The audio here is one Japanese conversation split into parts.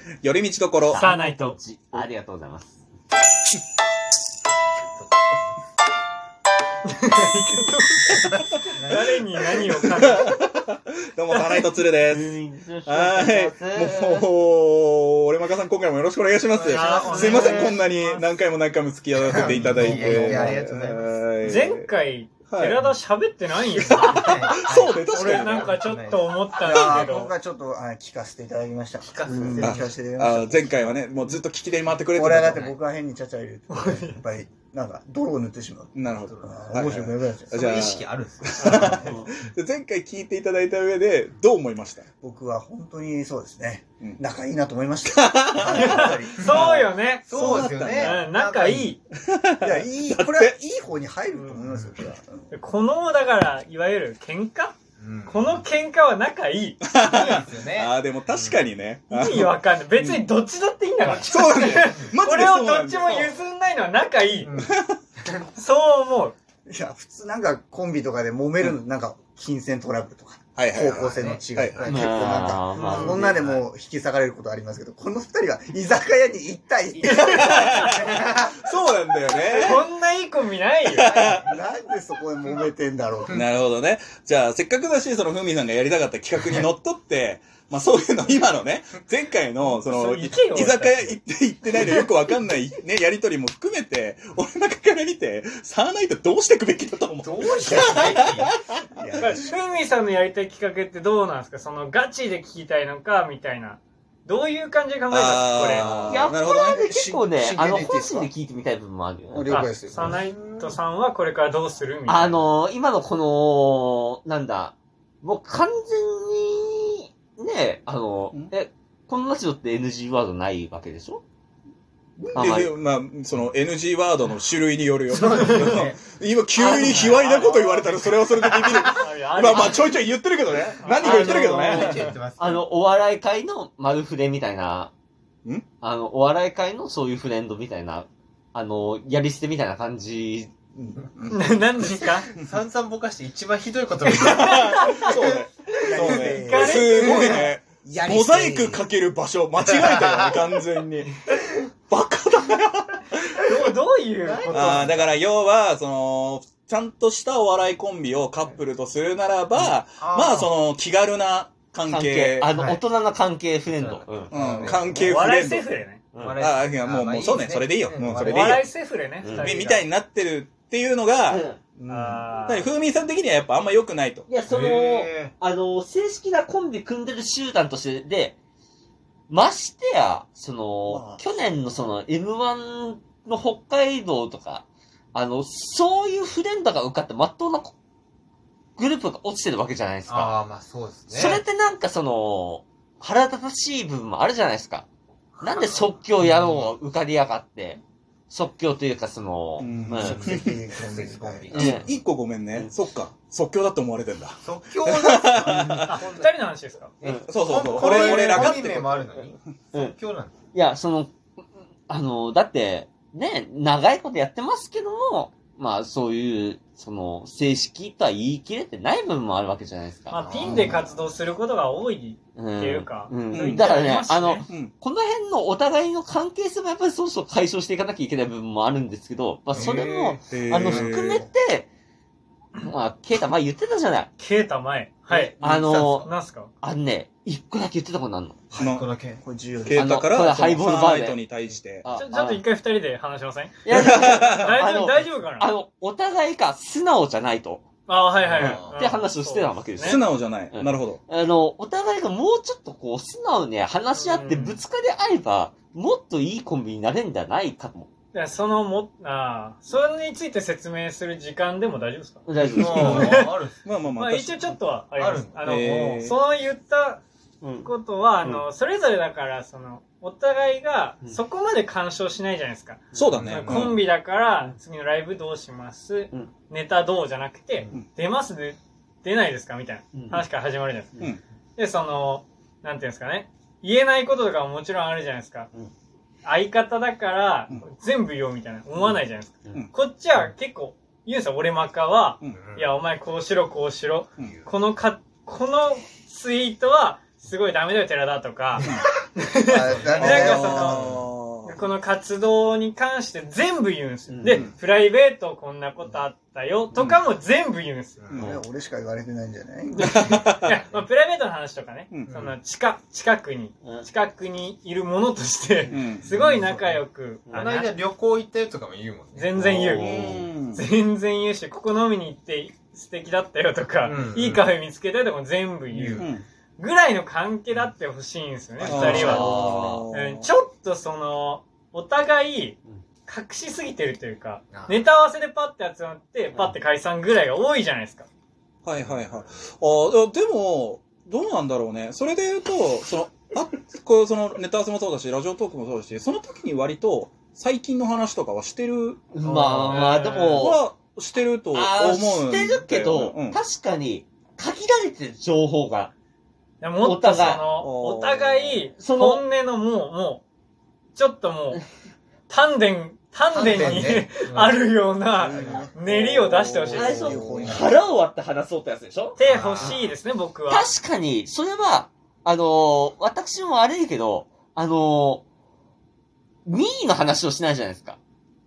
寄り道どころ。 さあないと。 ありがとうございます。 誰に何を感じどうも、サナイトツルです。はい。もう、俺まかさん今回もよろしくお願いします。すいません、こんなに何回も付き合わせていただいて。 ありがとうございます。 前回、寺田喋ってないんですよ。 そうね、確かに。 俺なんかちょっと思ったんだけど。 僕がちょっと聞かせていただきました。聞かせていただきました。 前回はね、もうずっと聞き手に回ってくれてた。 これはだって僕が変にちゃちゃ入れて、やっぱり、なんか、泥を塗ってしまう。 なるほど。 面白くなくなっちゃう。 じゃあ、意識あるんですよ。前回聞いていただいた上で、どう思いました？ 僕は本当にそうですね。仲いいなと思いました。 そうよね。 そうですよね。 仲いい。 いや、これはいい方に入ると思いますよ。 この、だから、いわゆる喧嘩？この喧嘩は仲いい。いいですよね。 ああ、でも確かにね。 意味わかんない。別にどっちだっていいんだから。 そうなんだよ。 これをどっちも譲んないのは仲いい。そう思う。 いや、普通なんかコンビとかで揉めるの、なんか、金銭トラブルとか。方向性の違い。結構なんか、こんなでも引き裂かれることありますけど、この二人は居酒屋に1対1。 そうなんだよね。 こんないいコンビないよ。 なんでそこで揉めてんだろう。 なるほどね。じゃあ、せっかくだし、そのふみさんがやりたかった企画にのっとって、まあそういうの、今のね、前回の、その、居酒屋行ってないのよくわかんないね、やりとりも含めて、俺の中から見て、サーナイトどうしていくべきだと思う？ どうしていくべき？ふみさんのやりたい企画ってどうなんですか？その、ガチで聞きたいのか、みたいな。どういう感じで考えたんですかこれ。 やっぱり結構ね、本心で聞いてみたい部分もあるよね。 了解ですよ。 サーナイトさんはこれからどうするみたいな。今のこの、なんだ、もう完全に、ね、このラジオって NG ワードないわけでしょ？ まあ、その NG ワードの種類によるよ。今急に卑猥なこと言われたらそれはそれでビビる。まあちょいちょい言ってるけどね。何か言ってるけどね。 お笑い界の丸フレみたいな、お笑い界のそういうフレンドみたいな、やり捨てみたいな感じ。 何ですか？ 散々ぼかして一番ひどいことを言ってそうね。そうね。すごいね。モザイクかける場所間違えたよね、完全に。バカだよ。 どういうこと？ だから要は、その、ちゃんとしたお笑いコンビをカップルとするならば、まあその、気軽な関係。 大人な関係フレンド。 関係フレンド。 笑いセフレね。 いや、もうそうね、それでいいよ。もうそれでいいよ。 笑いセフレね。 みたいになってるっていうのが、ふうみんさん的にはやっぱあんま良くないと。 いや、正式なコンビ組んでる集団としてで、ましてや、去年のM1 の北海道とか、そういうフレンドが受かって真っ当なグループが落ちてるわけじゃないですか。 ああ、まあそうですね。 それってなんか腹立たしい部分もあるじゃないですか。なんで即興野郎が受かりやがって、即興というか一個ごめんね。そっか。即興だって思われてんだ。 即興なんですか？ 二人の話ですか？ そうそうそう。俺らがって。 もあるのに即興なんだ。 いや、だって、ね、長いことやってますけども、まあそういう、正式とは言い切れてない部分もあるわけじゃないですか。 まあピンで活動することが多いっていうか。 だからね、この辺のお互いの関係性もやっぱりそろそろ解消していかなきゃいけない部分もあるんですけど、まあそれも、含めて、まあ、ケイタ前言ってたじゃない。 ケイタ前。はい。なんすか？ 一個だけ言ってたことあるの。 一個だけ。 これ重要です。 ケイタから、 ハイボールバーで。 に対して。 ちょっと一回二人で話しません？いや、 大丈夫かな？ お互いが素直じゃないと。 はいはいはい。 って話をしてたわけですね。 素直じゃない。なるほど。 お互いがもうちょっと素直に話し合ってぶつかり合えば、もっといいコンビになれるんじゃないかも。 それについて説明する時間でも大丈夫ですか？ 大丈夫です。 まあ一応ちょっとはあります。そう言ったことは、それぞれだから、お互いがそこまで干渉しないじゃないですか。 そうだね。 コンビだから、次のライブどうします？ネタどうじゃなくて、出ます出ないですかみたいな話から始まるじゃないですか。で、なんていうんですかね。言えないこととかももちろんあるじゃないですか。相方だから、全部言おうみたいな思わないじゃないですか。こっちは結構言うんですよ。俺マカは、いや、お前こうしろ、こうしろ。このツイートは、すごいダメだよ、寺田とか、 この活動に関して全部言うんですよ。で、プライベートこんなことあったよとかも全部言うんですよ。 俺しか言われてないんじゃない？ いや、まあ、プライベートの話とかね、その近くにいるものとして、すごい仲良く。 この間旅行行ったよとかも言うもんね。 全然言う。全然言うし、ここ飲みに行って素敵だったよとか、いいカフェ見つけたよとかも全部言う。ぐらいの関係だってほしいんですよね、二人は。ちょっとその、お互い隠しすぎてるというか、ネタ合わせでパッて集まって、パッて解散ぐらいが多いじゃないですか。 はいはいはい。でも、どうなんだろうね。それで言うと、そのネタ合わせもそうだし、ラジオトークもそうだし、その時に割と最近の話とかはしてる。 まあ、でも、 はしてると思うんだよ。 してるけど、確かに限られてる情報が。 もっとお互い、本音のもう、ちょっともう、丹田にあるような練りを出してほしいです。 腹を割って話そうってやつでしょ？ 手欲しいですね、僕は。 確かに、それは、私も悪いけど、ミーの話をしないじゃないですか。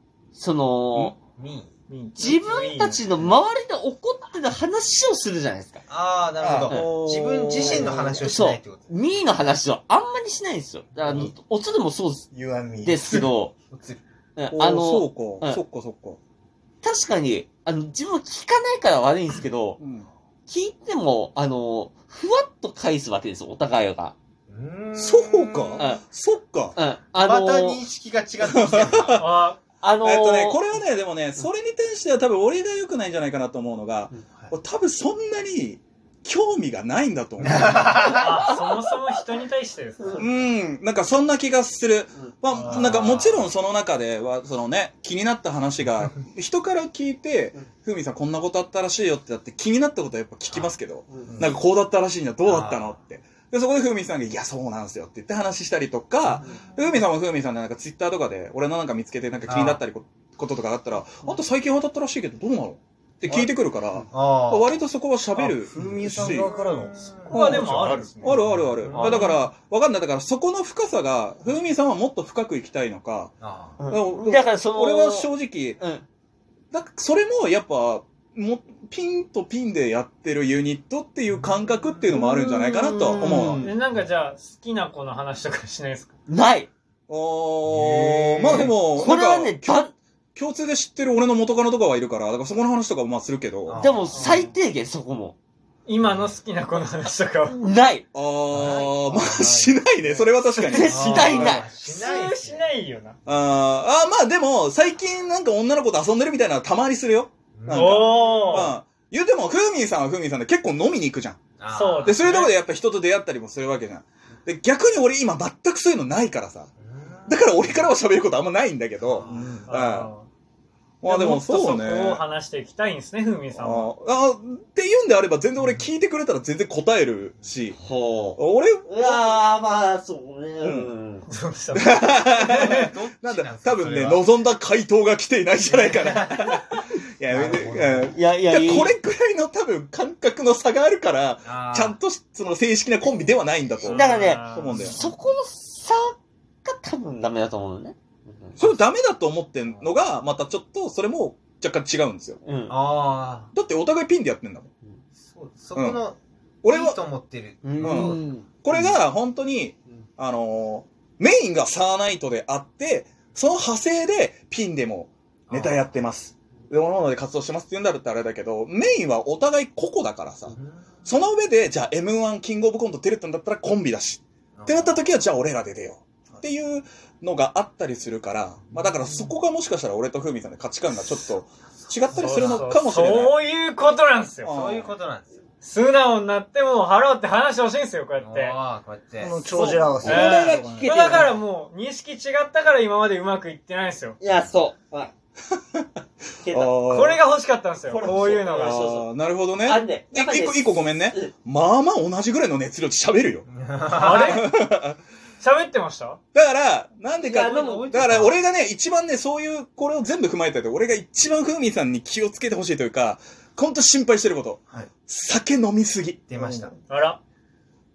自分たちの周りで起こってる話をするじゃないですか。 ああ、なるほど。自分自身の話をしないってこと。 ミーの話をあんまりしないんですよ。おつるもそうですけど、 そうか、そっか。 確かに、自分は聞かないから悪いんですけど、聞いても、ふわっと返すわけですよ、お互いが。 そうか、そっか。 また認識が違ってきてる。 これはね、でもね、それに対しては多分俺が良くないんじゃないかなと思うのが、多分そんなに興味がないんだと思う。 そもそも人に対してですか？ なんかそんな気がする。まあ、なんかもちろんその中では、そのね、気になった話が、人から聞いて、ふみさんこんなことあったらしいよってなって気になったことはやっぱ聞きますけど、なんかこうだったらしいんだ、どうだったのって。で、そこでふみさんが、いや、そうなんですよって言って話したりとか、ふみさんもふみさんでなんかツイッターとかで、俺のなんか見つけてなんか気になったりこととかあったら、あんた最近当たったらしいけどどうなのって聞いてくるから、割とそこは喋る。 ふみさん側からの。 そこはでもあるんですね。 ある。だから、わかんない。だからそこの深さが、ふみさんはもっと深く行きたいのか、 だから俺は正直、それもやっぱ、ピンとピンでやってるユニットっていう感覚っていうのもあるんじゃないかなと思うの。 なんかじゃあ、好きな子の話とかしないですか？ ない。 まあでも、 これはね、 共通で知ってる俺の元カノとかはいるから、だからそこの話とかもまあするけど。 でも最低限そこも。 今の好きな子の話とかは。 ない。 まあしないね。それは確かに。 絶対ない。 普通しないよな。 まあでも、最近なんか女の子と遊んでるみたいなのはたまにするよ。言うても、ふーみんさんはふーみんさんで結構飲みに行くじゃん。 そうで、そういうとこでやっぱ人と出会ったりもするわけじゃん。で、逆に俺今全くそういうのないからさ。だから俺からは喋ることあんまないんだけど。まあでもそうね。 そこを話していきたいんですね、ふーみんさんは。 っていうんであれば全然俺聞いてくれたら全然答えるし。俺まあ、そうね。 どうしたなんだ、多分ね、望んだ回答が来ていないんじゃないかな。いや、これくらいの多分感覚の差があるから、ちゃんとその正式なコンビではないんだと。 だからね、 思うんだよ。 そこの差が多分ダメだと思うのね。 それダメだと思ってんのが、またちょっとそれも若干違うんですよ。 だってお互いピンでやってんだもん。 そこの、 俺はいいと思ってる。 これが本当に、メインがサーナイトであって、その派生でピンでもネタやってます。で、各々で活動してますって言うんだったらあれだけど、メインはお互い個々だからさ。その上で、じゃあ M1 キングオブコント出るってんだったらコンビだし。ってなった時は、じゃあ俺らで出よう。っていうのがあったりするから、まあだからそこがもしかしたら俺とふみさんの価値観がちょっと違ったりするのかもしれない。 そういうことなんですよ。 そういうことなんですよ。 素直になっても払うって話してほしいんですよ、こうやって。 こうやって。 この長寿合わせ。 だからもう、認識違ったから今までうまくいってないんですよ。 いや、そう。 これが欲しかったんですよ。こういうのが。 なるほどね。一個ごめんね。まあまあ同じぐらいの熱量で喋るよ。 あれ喋ってましただから、なんでか、だから俺がね、一番ね、そういう、これを全部踏まえてて、俺が一番ふみさんに気をつけてほしいというか、ほんと心配してること。酒飲みすぎ。 出ました。 あら。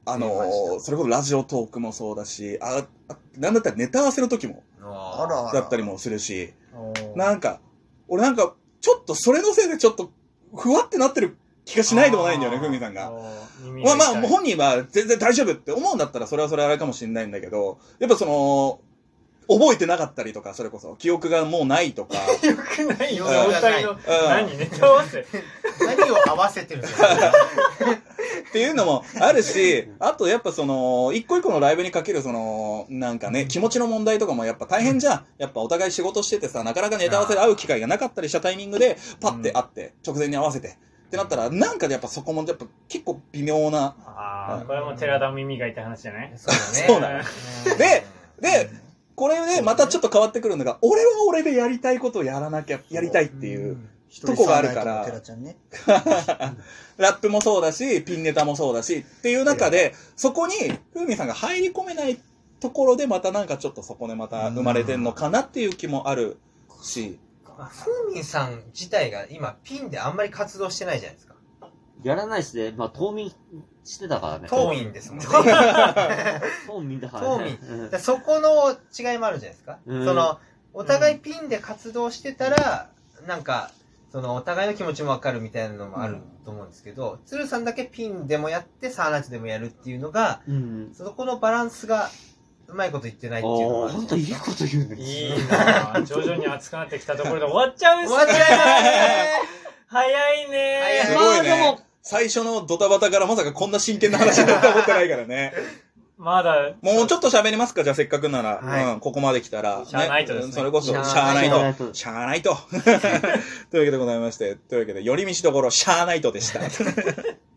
それこそラジオトークもそうだし、なんだったらネタ合わせの時も、だったりもするし、なんか、俺なんか、ちょっとそれのせいでちょっと、ふわってなってる気がしないでもないんだよね、ふみさんが。まあ、本人は全然大丈夫って思うんだったら、それはそれあれかもしれないんだけど、やっぱ覚えてなかったりとか、それこそ、記憶がもうないとか。 記憶ない状態の、何ネタ合わせ何を合わせてるんですかっていうのもあるし、あとやっぱ一個一個のライブにかけるなんかね、気持ちの問題とかもやっぱ大変じゃん。やっぱお互い仕事しててさ、なかなかネタ合わせで会う機会がなかったりしたタイミングで、パッて会って、直前に合わせて。ってなったら、なんかやっぱそこもやっぱ結構微妙な。 これも寺田耳がいた話じゃない？ そうだね。で、これね、またちょっと変わってくるのが、俺は俺でやりたいことをやりたいっていうとこがあるから、ラップもそうだし、ピンネタもそうだし、っていう中で、そこに、ふうみんさんが入り込めないところで、またなんかちょっとそこでまた生まれてんのかなっていう気もあるし。 ふうみんさん自体が今、ピンであんまり活動してないじゃないですか。 やらないですね。まあ、冬眠してたからね。 冬眠ですもんね。 冬眠だからね。 冬眠。そこの違いもあるじゃないですか。お互いピンで活動してたら、なんか、お互いの気持ちもわかるみたいなのもあると思うんですけど、鶴さんだけピンでもやって、サーナイトでもやるっていうのが、そこのバランスが、うまいこと言ってないっていうのは。 ほんといいこと言うんだけど。 いいなぁ。徐々に熱くなってきたところで終わっちゃうんすね。早いねー。すごいね。最初のドタバタからまさかこんな真剣な話になると思ってないからね。 まだ。 もうちょっと喋りますか、じゃあせっかくなら。ここまで来たら。 シャーナイトですね。 それこそ、シャーナイト。シャーナイト。というわけでございまして、というわけで、寄り道どころ、シャーナイトでした。